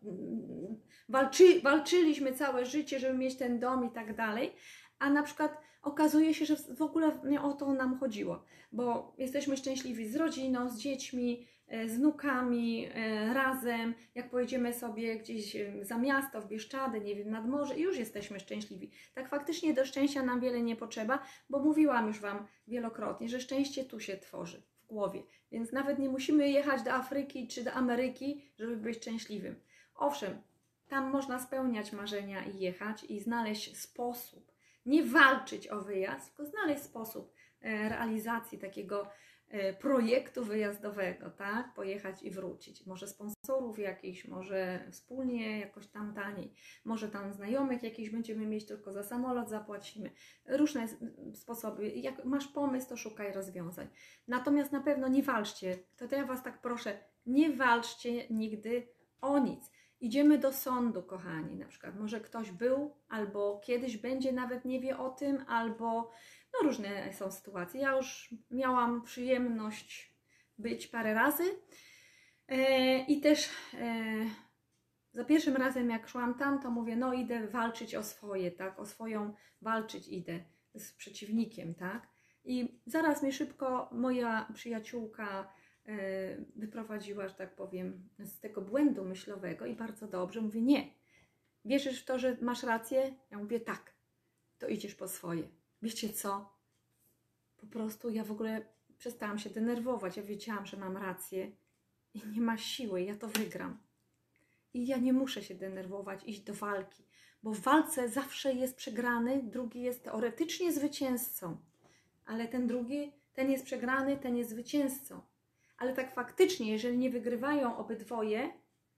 walczy, walczyliśmy całe życie, żeby mieć ten dom i tak dalej, a na przykład okazuje się, że w ogóle nie o to nam chodziło, bo jesteśmy szczęśliwi z rodziną, z dziećmi, z wnukami, razem, jak pojedziemy sobie gdzieś za miasto, w Bieszczady, nie wiem, nad morze i już jesteśmy szczęśliwi. Tak faktycznie do szczęścia nam wiele nie potrzeba, bo mówiłam już Wam wielokrotnie, że szczęście tu się tworzy, w głowie, więc nawet nie musimy jechać do Afryki czy do Ameryki, żeby być szczęśliwym. Owszem, tam można spełniać marzenia i jechać i znaleźć sposób, nie walczyć o wyjazd, tylko znaleźć sposób realizacji takiego projektu wyjazdowego, tak? Pojechać i wrócić. Może sponsorów jakichś, może wspólnie jakoś tam taniej, może tam znajomych jakichś będziemy mieć, tylko za samolot zapłacimy. Różne sposoby. Jak masz pomysł, to szukaj rozwiązań. Natomiast na pewno nie walczcie. To, to ja Was tak proszę, nie walczcie nigdy o nic. Idziemy do sądu, kochani, na przykład. Może ktoś był, albo kiedyś będzie, nawet nie wie o tym, albo no różne są sytuacje. Ja już miałam przyjemność być parę razy e, i też e, za pierwszym razem jak szłam tam, to mówię, no idę walczyć o swoje, tak, o swoją walczyć idę z przeciwnikiem, tak. I zaraz mnie szybko moja przyjaciółka e, wyprowadziła, że tak powiem, z tego błędu myślowego i bardzo dobrze. Mówię, nie, wierzysz w to, że masz rację? Ja mówię, tak, to idziesz po swoje. Wiecie co? Po prostu ja w ogóle przestałam się denerwować. Ja wiedziałam, że mam rację i nie ma siły, ja to wygram. I ja nie muszę się denerwować, iść do walki, bo w walce zawsze jest przegrany, drugi jest teoretycznie zwycięzcą, ale ten drugi, ten jest przegrany, ten jest zwycięzcą. Ale tak faktycznie, jeżeli nie wygrywają obydwoje,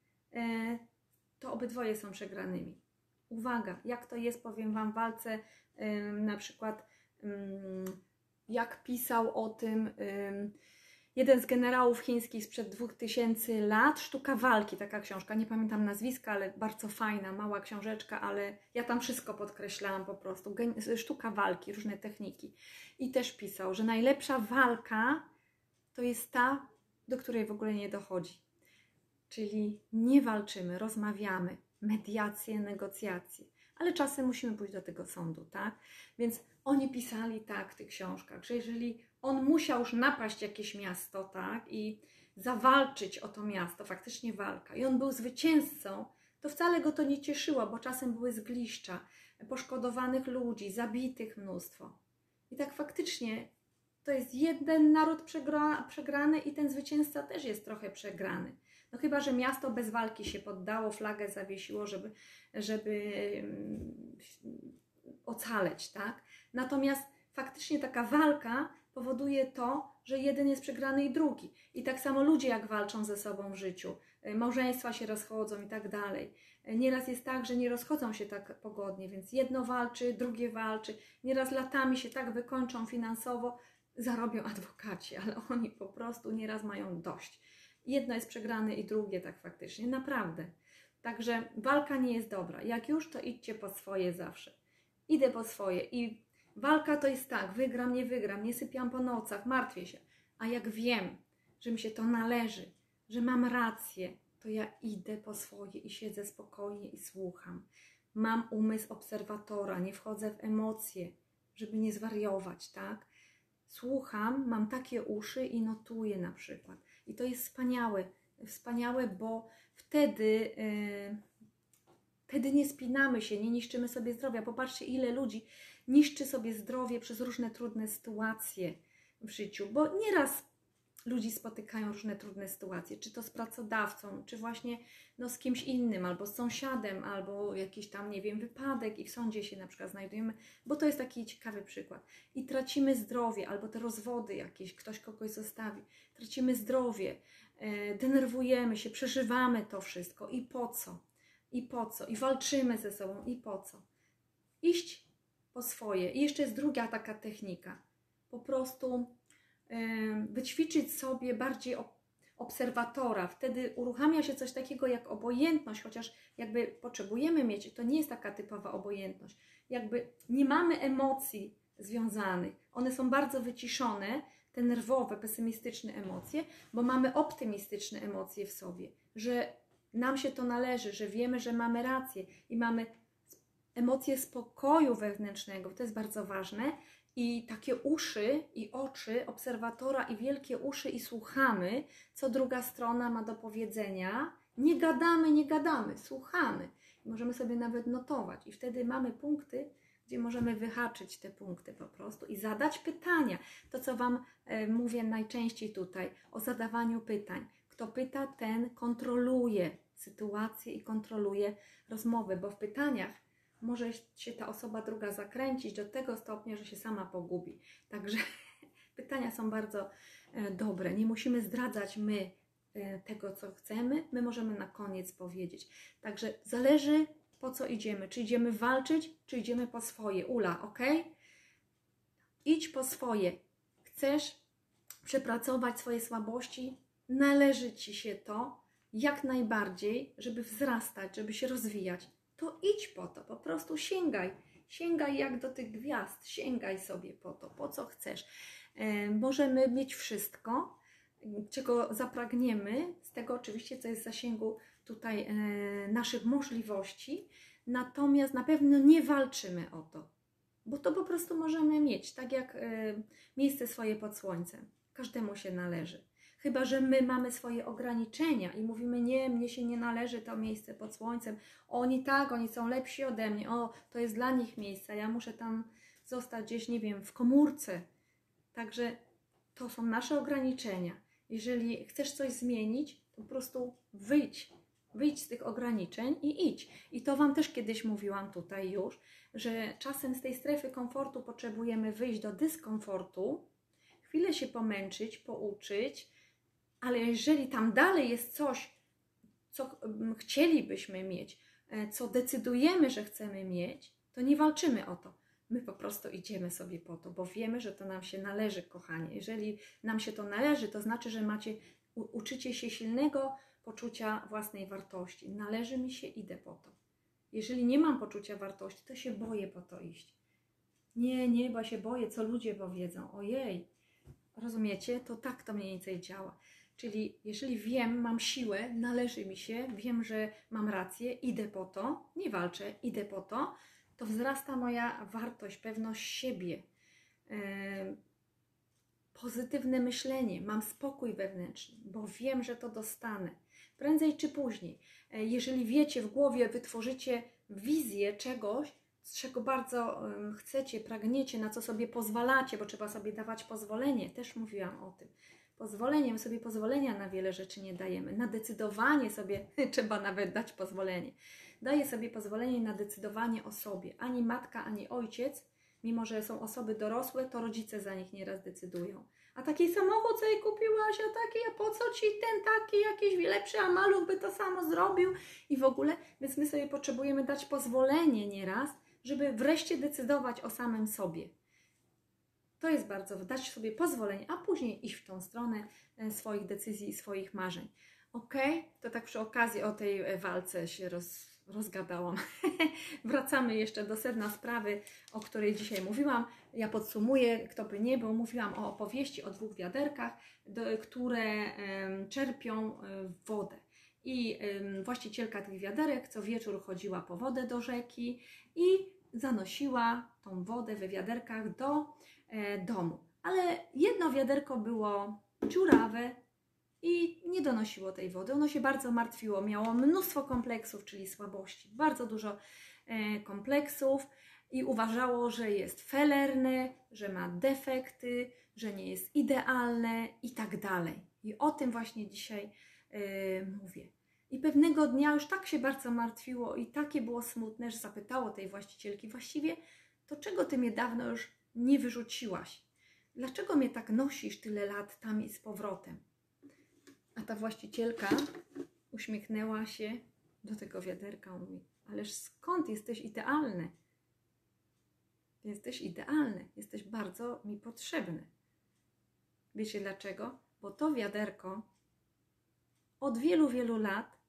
to obydwoje są przegranymi. Uwaga, jak to jest, powiem Wam, w walce na przykład, jak pisał o tym jeden z generałów chińskich sprzed dwóch tysięcy lat, Sztuka walki, taka książka, nie pamiętam nazwiska, ale bardzo fajna, mała książeczka, ale ja tam wszystko podkreślałam po prostu, sztuka walki, różne techniki. I też pisał, że najlepsza walka to jest ta, do której w ogóle nie dochodzi. Czyli nie walczymy, rozmawiamy, mediacje, negocjacje, ale czasem musimy pójść do tego sądu, tak? Więc oni pisali tak w tych książkach, że jeżeli on musiał już napaść jakieś miasto, tak, i zawalczyć o to miasto, faktycznie walka, i on był zwycięzcą, to wcale go to nie cieszyło, bo czasem były zgliszcza, poszkodowanych ludzi, zabitych mnóstwo. I tak faktycznie to jest jeden naród przegra, przegrany i ten zwycięzca też jest trochę przegrany. No chyba że miasto bez walki się poddało, flagę zawiesiło, żeby, żeby ocaleć, tak? Natomiast faktycznie taka walka powoduje to, że jeden jest przegrany i drugi. I tak samo ludzie jak walczą ze sobą w życiu, małżeństwa się rozchodzą i tak dalej. Nieraz jest tak, że nie rozchodzą się tak pogodnie, więc jedno walczy, drugie walczy. Nieraz latami się tak wykończą finansowo, zarobią adwokaci, ale oni po prostu nieraz mają dość. Jedno jest przegrane i drugie tak faktycznie, naprawdę. Także walka nie jest dobra. Jak już, to idźcie po swoje zawsze. Idę po swoje i walka to jest tak, wygram, nie wygram, nie sypiam po nocach, martwię się. A jak wiem, że mi się to należy, że mam rację, to ja idę po swoje i siedzę spokojnie i słucham. Mam umysł obserwatora, nie wchodzę w emocje, żeby nie zwariować, tak? Słucham, mam takie uszy i notuję na przykład. I to jest wspaniałe, wspaniałe, bo wtedy, yy, wtedy nie spinamy się, nie niszczymy sobie zdrowia. Popatrzcie, ile ludzi niszczy sobie zdrowie przez różne trudne sytuacje w życiu, bo nieraz ludzi spotykają różne trudne sytuacje, czy to z pracodawcą, czy właśnie no, z kimś innym, albo z sąsiadem, albo jakiś tam, nie wiem, wypadek i w sądzie się na przykład znajdujemy, bo to jest taki ciekawy przykład. I tracimy zdrowie, albo te rozwody jakieś, ktoś kogoś zostawi, tracimy zdrowie, e, denerwujemy się, przeżywamy to wszystko i po co? I po co? I walczymy ze sobą i po co? Iść po swoje. I jeszcze jest druga taka technika. Po prostu wyćwiczyć sobie bardziej obserwatora. Wtedy uruchamia się coś takiego jak obojętność, chociaż jakby potrzebujemy mieć, to nie jest taka typowa obojętność. Jakby nie mamy emocji związanych. One są bardzo wyciszone, te nerwowe, pesymistyczne emocje, bo mamy optymistyczne emocje w sobie, że nam się to należy, że wiemy, że mamy rację i mamy emocje spokoju wewnętrznego. To jest bardzo ważne. I takie uszy i oczy obserwatora i wielkie uszy i słuchamy, co druga strona ma do powiedzenia. Nie gadamy, nie gadamy, słuchamy. Możemy sobie nawet notować i wtedy mamy punkty, gdzie możemy wyhaczyć te punkty po prostu i zadać pytania. To, co Wam e, mówię najczęściej tutaj, o zadawaniu pytań. Kto pyta, ten kontroluje sytuację i kontroluje rozmowę, bo w pytaniach może się ta osoba druga zakręcić do tego stopnia, że się sama pogubi. Także pytania są bardzo dobre. Nie musimy zdradzać my tego, co chcemy. My możemy na koniec powiedzieć. Także zależy, po co idziemy. Czy idziemy walczyć, czy idziemy po swoje. Ula, ok? Idź po swoje. Chcesz przepracować swoje słabości? Należy Ci się to jak najbardziej, żeby wzrastać, żeby się rozwijać. To idź po to, po prostu sięgaj. Sięgaj jak do tych gwiazd, sięgaj sobie po to, po co chcesz. E, możemy mieć wszystko, czego zapragniemy, z tego oczywiście, co jest w zasięgu tutaj e, naszych możliwości, natomiast na pewno nie walczymy o to, bo to po prostu możemy mieć, tak jak e, miejsce swoje pod słońcem. Każdemu się należy. Chyba że my mamy swoje ograniczenia i mówimy, nie, mnie się nie należy to miejsce pod słońcem. Oni tak, oni są lepsi ode mnie. O, to jest dla nich miejsce, ja muszę tam zostać gdzieś, nie wiem, w komórce. Także to są nasze ograniczenia. Jeżeli chcesz coś zmienić, to po prostu wyjdź. Wyjdź z tych ograniczeń i idź. I to Wam też kiedyś mówiłam tutaj już, że czasem z tej strefy komfortu potrzebujemy wyjść do dyskomfortu, chwilę się pomęczyć, pouczyć, ale jeżeli tam dalej jest coś, co chcielibyśmy mieć, co decydujemy, że chcemy mieć, to nie walczymy o to. My po prostu idziemy sobie po to, bo wiemy, że to nam się należy, kochanie. Jeżeli nam się to należy, to znaczy, że macie, u, uczycie się silnego poczucia własnej wartości. Należy mi się, idę po to. Jeżeli nie mam poczucia wartości, to się boję po to iść. Nie, nie, bo się boję, co ludzie powiedzą. Ojej, rozumiecie? To tak to mniej więcej działa. Czyli jeżeli wiem, mam siłę, należy mi się, wiem, że mam rację, idę po to, nie walczę, idę po to, to wzrasta moja wartość, pewność siebie, yy, pozytywne myślenie, mam spokój wewnętrzny, bo wiem, że to dostanę. Prędzej czy później, yy, jeżeli wiecie w głowie, wytworzycie wizję czegoś, z czego bardzo yy, chcecie, pragniecie, na co sobie pozwalacie, bo trzeba sobie dawać pozwolenie, też mówiłam o tym. Pozwoleniem sobie pozwolenia na wiele rzeczy nie dajemy. Na decydowanie sobie trzeba nawet dać pozwolenie. Daję sobie pozwolenie na decydowanie o sobie. Ani matka, ani ojciec, mimo że są osoby dorosłe, to rodzice za nich nieraz decydują. A taki samochód sobie kupiłaś, a taki, a po co ci ten taki jakiś lepszy, a maluch by to samo zrobił i w ogóle. Więc my sobie potrzebujemy dać pozwolenie nieraz, żeby wreszcie decydować o samym sobie. To jest bardzo, dać sobie pozwolenie, a później iść w tą stronę swoich decyzji i swoich marzeń. Ok? To tak przy okazji o tej walce się roz, rozgadałam. Wracamy jeszcze do sedna sprawy, o której dzisiaj mówiłam. Ja podsumuję, kto by nie był. Mówiłam o opowieści o dwóch wiaderkach, do, które um, czerpią um, wodę. I um, właścicielka tych wiaderek co wieczór chodziła po wodę do rzeki i zanosiła tą wodę we wiaderkach do e, domu. Ale jedno wiaderko było dziurawe i nie donosiło tej wody. Ono się bardzo martwiło, miało mnóstwo kompleksów, czyli słabości, bardzo dużo e, kompleksów i uważało, że jest felerne, że ma defekty, że nie jest idealne i tak dalej. I o tym właśnie dzisiaj e, mówię. I pewnego dnia już tak się bardzo martwiło i takie było smutne, że zapytało tej właścicielki, właściwie to czego ty mnie dawno już nie wyrzuciłaś? Dlaczego mnie tak nosisz tyle lat tam i z powrotem? A ta właścicielka uśmiechnęła się do tego wiaderka, mówi, ależ skąd jesteś idealny? Jesteś idealny, jesteś bardzo mi potrzebny. Wiecie dlaczego? Bo to wiaderko od wielu, wielu lat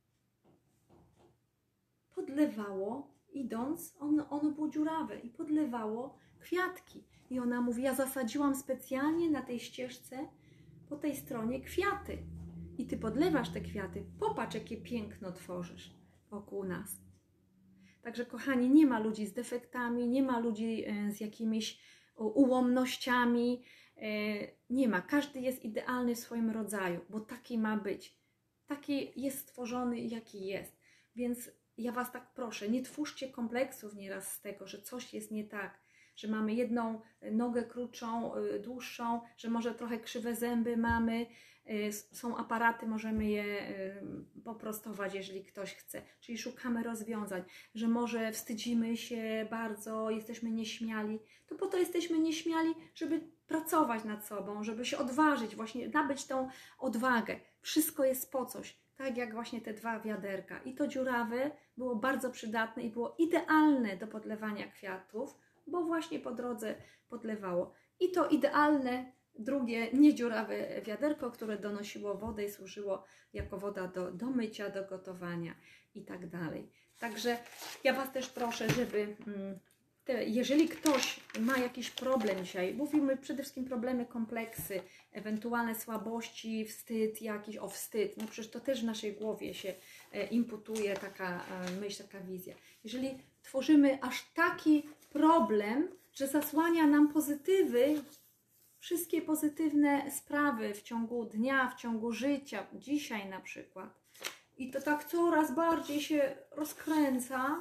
podlewało, idąc, ono, ono było dziurawe i podlewało kwiatki. I ona mówi, ja zasadziłam specjalnie na tej ścieżce, po tej stronie kwiaty. I ty podlewasz te kwiaty. Popatrz, jakie piękno tworzysz wokół nas. Także, kochani, nie ma ludzi z defektami, nie ma ludzi z jakimiś ułomnościami. Nie ma. Każdy jest idealny w swoim rodzaju, bo taki ma być. Taki jest stworzony, jaki jest. Więc ja was tak proszę, nie twórzcie kompleksów nieraz z tego, że coś jest nie tak, że mamy jedną nogę krótszą, dłuższą, że może trochę krzywe zęby mamy, są aparaty, możemy je poprostować, jeżeli ktoś chce. Czyli szukamy rozwiązań, że może wstydzimy się bardzo, jesteśmy nieśmiali. To po to jesteśmy nieśmiali, żeby pracować nad sobą, żeby się odważyć, właśnie nabyć tą odwagę. Wszystko jest po coś, tak jak właśnie te dwa wiaderka. I to dziurawe było bardzo przydatne i było idealne do podlewania kwiatów, bo właśnie po drodze podlewało. I to idealne drugie, niedziurawe wiaderko, które donosiło wodę i służyło jako woda do, do mycia, do gotowania i tak dalej. Także ja Was też proszę, żeby, te, jeżeli ktoś ma jakiś problem dzisiaj, mówimy przede wszystkim problemy, kompleksy, ewentualne słabości, wstyd jakiś, o wstyd, no przecież to też w naszej głowie się imputuje taka myśl, taka wizja. Jeżeli tworzymy aż taki problem, że zasłania nam pozytywy, wszystkie pozytywne sprawy w ciągu dnia, w ciągu życia, dzisiaj na przykład. I to tak coraz bardziej się rozkręca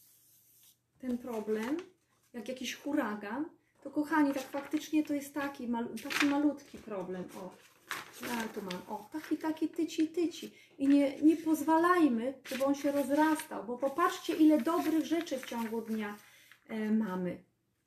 ten problem, jak jakiś huragan. To kochani, tak faktycznie to jest taki, mal, taki malutki problem. O, ja tu mam, o, taki, taki tyci, tyci. I nie, nie pozwalajmy, żeby on się rozrastał, bo popatrzcie, ile dobrych rzeczy w ciągu dnia e, mamy.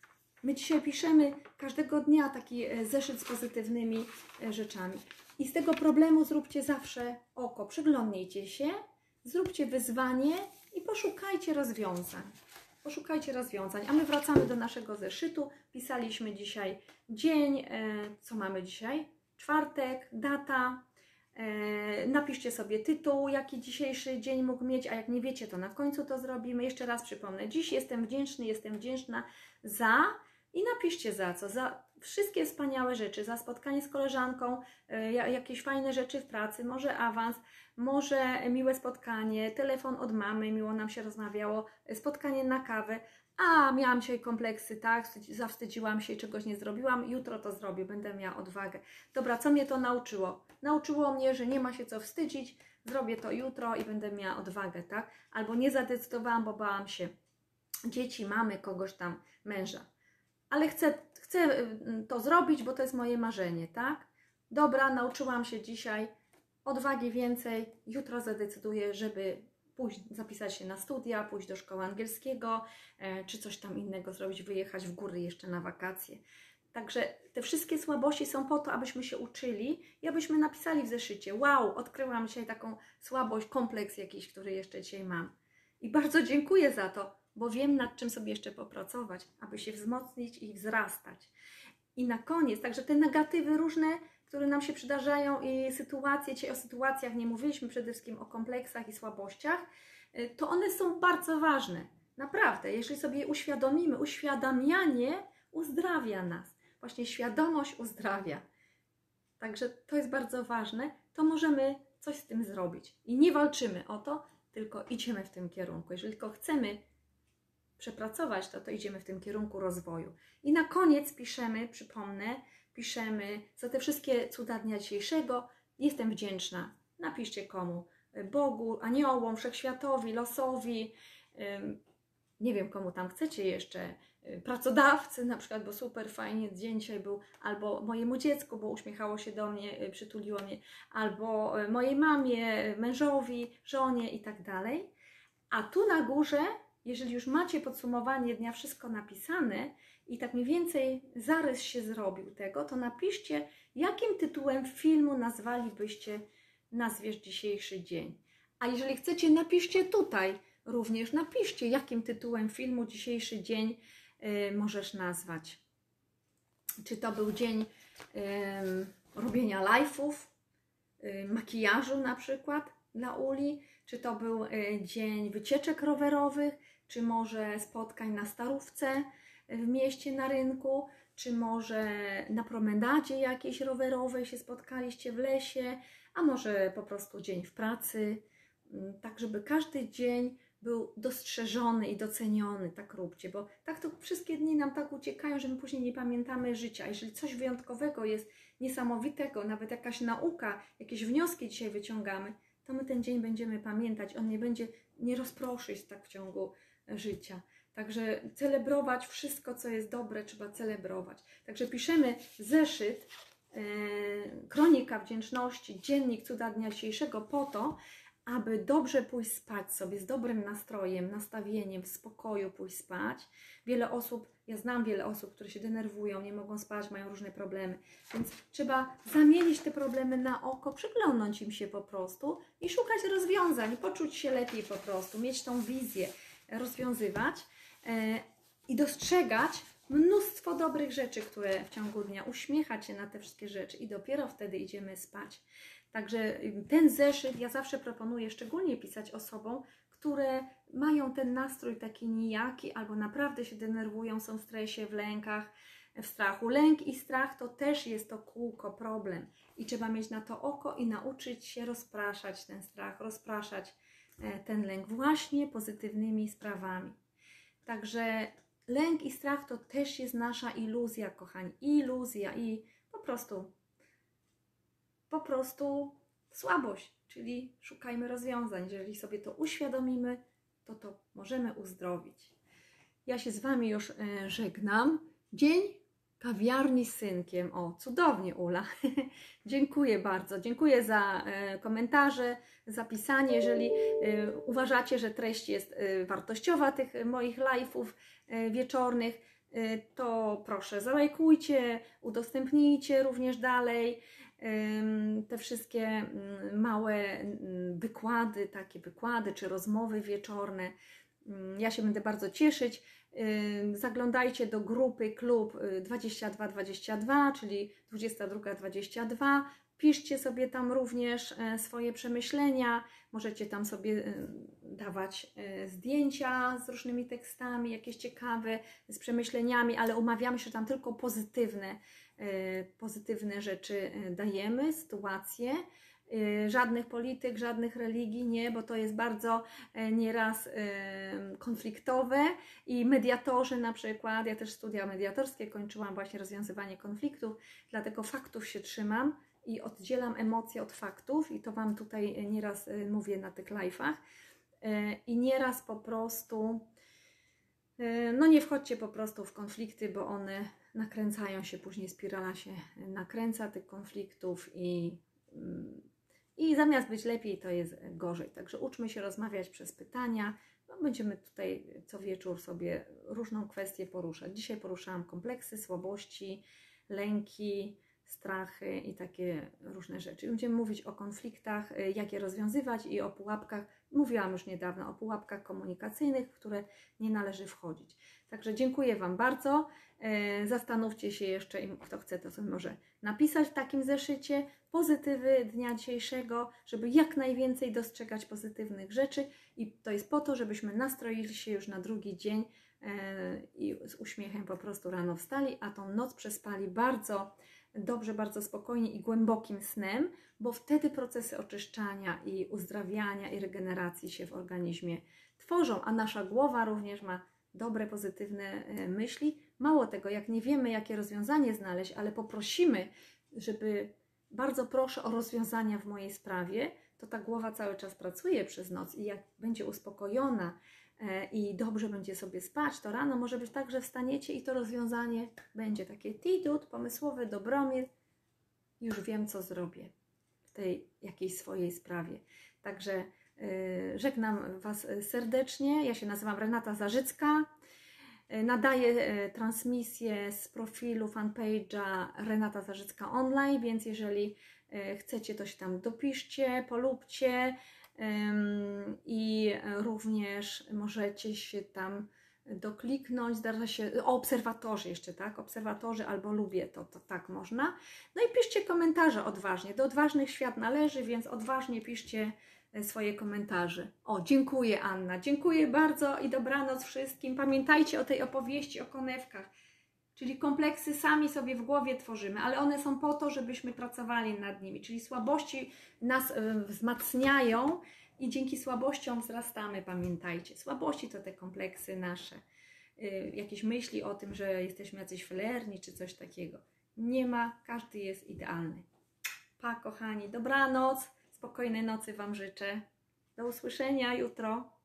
My dzisiaj piszemy każdego dnia taki zeszyt z pozytywnymi rzeczami. I z tego problemu zróbcie zawsze oko. Przyglądnijcie się, zróbcie wyzwanie i poszukajcie rozwiązań. Poszukajcie rozwiązań. A my wracamy do naszego zeszytu. Pisaliśmy dzisiaj dzień. Co mamy dzisiaj? Czwartek, data. Napiszcie sobie tytuł, jaki dzisiejszy dzień mógł mieć, a jak nie wiecie, to na końcu to zrobimy. Jeszcze raz przypomnę. Dziś jestem wdzięczny, jestem wdzięczna za... I napiszcie za co, za wszystkie wspaniałe rzeczy, za spotkanie z koleżanką, y, jakieś fajne rzeczy w pracy, może awans, może miłe spotkanie, telefon od mamy, miło nam się rozmawiało, spotkanie na kawę, a miałam dzisiaj kompleksy, tak, zawstydziłam się i czegoś nie zrobiłam, jutro to zrobię, będę miała odwagę. Dobra, co mnie to nauczyło? Nauczyło mnie, że nie ma się co wstydzić, zrobię to jutro i będę miała odwagę, tak, albo nie zadecydowałam, bo bałam się dzieci, mamy, kogoś tam, męża. Ale chcę, chcę to zrobić, bo to jest moje marzenie, tak? Dobra, nauczyłam się dzisiaj, odwagi więcej, jutro zadecyduję, żeby pójść, zapisać się na studia, pójść do szkoły angielskiego, e, czy coś tam innego zrobić, wyjechać w góry jeszcze na wakacje. Także te wszystkie słabości są po to, abyśmy się uczyli i abyśmy napisali w zeszycie, wow, odkryłam dzisiaj taką słabość, kompleks jakiś, który jeszcze dzisiaj mam. I bardzo dziękuję za to, bo wiem, nad czym sobie jeszcze popracować, aby się wzmocnić i wzrastać. I na koniec, także te negatywy różne, które nam się przydarzają i sytuacje, dzisiaj o sytuacjach nie mówiliśmy, przede wszystkim o kompleksach i słabościach, to one są bardzo ważne. Naprawdę, jeżeli sobie je uświadomimy, uświadamianie uzdrawia nas. Właśnie świadomość uzdrawia. Także to jest bardzo ważne, to możemy coś z tym zrobić. I nie walczymy o to, tylko idziemy w tym kierunku. Jeżeli tylko chcemy przepracować to, to idziemy w tym kierunku rozwoju. I na koniec piszemy, przypomnę, piszemy za te wszystkie cuda dnia dzisiejszego. Jestem wdzięczna. Napiszcie komu. Bogu, aniołom, wszechświatowi, losowi, nie wiem komu tam chcecie jeszcze, pracodawcy na przykład, bo super fajnie dzień dzisiaj był, albo mojemu dziecku, bo uśmiechało się do mnie, przytuliło mnie, albo mojej mamie, mężowi, żonie i tak dalej. A tu na górze, jeżeli już macie podsumowanie dnia, wszystko napisane i tak mniej więcej zarys się zrobił tego, to napiszcie, jakim tytułem filmu nazwalibyście, nazwiesz dzisiejszy dzień. A jeżeli chcecie, napiszcie tutaj również, napiszcie, jakim tytułem filmu dzisiejszy dzień y, możesz nazwać. Czy to był dzień y, robienia live'ów, y, makijażu na przykład dla Uli, czy to był y, dzień wycieczek rowerowych, czy może spotkań na Starówce w mieście, na rynku, czy może na promenadzie jakiejś rowerowej się spotkaliście w lesie, a może po prostu dzień w pracy, tak żeby każdy dzień był dostrzeżony i doceniony, tak róbcie, bo tak to wszystkie dni nam tak uciekają, że my później nie pamiętamy życia. Jeżeli coś wyjątkowego jest, niesamowitego, nawet jakaś nauka, jakieś wnioski dzisiaj wyciągamy, to my ten dzień będziemy pamiętać, on nie będzie, nie rozproszy się tak w ciągu życia. Także celebrować wszystko, co jest dobre, trzeba celebrować. Także piszemy zeszyt, e, kronika wdzięczności, dziennik cuda dnia dzisiejszego po to, aby dobrze pójść spać sobie, z dobrym nastrojem, nastawieniem, w spokoju pójść spać. Wiele osób, ja znam wiele osób, które się denerwują, nie mogą spać, mają różne problemy, więc trzeba zamienić te problemy na oko, przyglądnąć im się po prostu i szukać rozwiązań, poczuć się lepiej po prostu, mieć tą wizję, rozwiązywać e, i dostrzegać mnóstwo dobrych rzeczy, które w ciągu dnia, uśmiechać się na te wszystkie rzeczy i dopiero wtedy idziemy spać. Także ten zeszyt ja zawsze proponuję szczególnie pisać osobom, które mają ten nastrój taki nijaki albo naprawdę się denerwują, są w stresie, w lękach, w strachu. Lęk i strach to też jest to kółko, problem i trzeba mieć na to oko i nauczyć się rozpraszać ten strach, rozpraszać ten lęk właśnie pozytywnymi sprawami. Także lęk i strach to też jest nasza iluzja, kochani, iluzja i po prostu po prostu słabość, czyli szukajmy rozwiązań. Jeżeli sobie to uświadomimy, to to możemy uzdrowić. Ja się z Wami już e, żegnam. Dzień kawiarni z synkiem. O, cudownie, Ula. Dziękuję bardzo. Dziękuję za e, komentarze, za pisanie. Jeżeli e, uważacie, że treść jest e, wartościowa tych moich live'ów e, wieczornych, e, to proszę zalajkujcie, udostępnijcie również dalej te wszystkie małe wykłady, takie wykłady czy rozmowy wieczorne. Ja się będę bardzo cieszyć. Zaglądajcie do grupy klub dwadzieścia dwa dwadzieścia dwa, czyli dwudziesta druga dwadzieścia dwa. Piszcie sobie tam również swoje przemyślenia. Możecie tam sobie dawać zdjęcia z różnymi tekstami, jakieś ciekawe, z przemyśleniami, ale umawiamy się, że tam tylko pozytywne pozytywne rzeczy dajemy, sytuacje, żadnych polityk, żadnych religii, nie, bo to jest bardzo nieraz konfliktowe i mediatorzy na przykład, ja też studia mediatorskie kończyłam właśnie rozwiązywanie konfliktów, dlatego faktów się trzymam i oddzielam emocje od faktów i to Wam tutaj nieraz mówię na tych live'ach i nieraz po prostu no nie wchodźcie po prostu w konflikty, bo one nakręcają się, później spirala się nakręca tych konfliktów i, i zamiast być lepiej, to jest gorzej. Także uczmy się rozmawiać przez pytania. No, będziemy tutaj co wieczór sobie różną kwestię poruszać. Dzisiaj poruszałam kompleksy, słabości, lęki, strachy i takie różne rzeczy. Będziemy mówić o konfliktach, jak je rozwiązywać i o pułapkach. Mówiłam już niedawno o pułapkach komunikacyjnych, w które nie należy wchodzić. Także dziękuję Wam bardzo. Zastanówcie się jeszcze, kto chce, to sobie może napisać w takim zeszycie pozytywy dnia dzisiejszego, żeby jak najwięcej dostrzegać pozytywnych rzeczy i to jest po to, żebyśmy nastroili się już na drugi dzień i z uśmiechem po prostu rano wstali, a tą noc przespali bardzo dobrze, bardzo spokojnie i głębokim snem, bo wtedy procesy oczyszczania i uzdrawiania i regeneracji się w organizmie tworzą, a nasza głowa również ma dobre, pozytywne myśli. Mało tego, jak nie wiemy, jakie rozwiązanie znaleźć, ale poprosimy, żeby bardzo proszę o rozwiązania w mojej sprawie, to ta głowa cały czas pracuje przez noc i jak będzie uspokojona i dobrze będzie sobie spać, to rano może być tak, że wstaniecie i to rozwiązanie będzie takie tidut, pomysłowe, Dobromir, już wiem, co zrobię w tej jakiejś swojej sprawie. Także yy, żegnam Was serdecznie. Ja się nazywam Renata Zarzycka. Yy, nadaję yy, transmisję z profilu fanpage'a Renata Zarzycka Online, więc jeżeli yy, chcecie, to się tam dopiszcie, polubcie. I również możecie się tam dokliknąć, zdarza się, o obserwatorzy jeszcze, tak, obserwatorzy albo lubię, to, to tak można. No i piszcie komentarze odważnie, do odważnych świat należy, więc odważnie piszcie swoje komentarze. O, dziękuję Anna, dziękuję bardzo i dobranoc wszystkim. Pamiętajcie o tej opowieści o konewkach, czyli kompleksy sami sobie w głowie tworzymy, ale one są po to, żebyśmy pracowali nad nimi, czyli słabości nas wzmacniają i dzięki słabościom wzrastamy, pamiętajcie. Słabości to te kompleksy nasze, jakieś myśli o tym, że jesteśmy jacyś flerni czy coś takiego. Nie ma, każdy jest idealny. Pa kochani, dobranoc. Spokojnej nocy Wam życzę. Do usłyszenia jutro.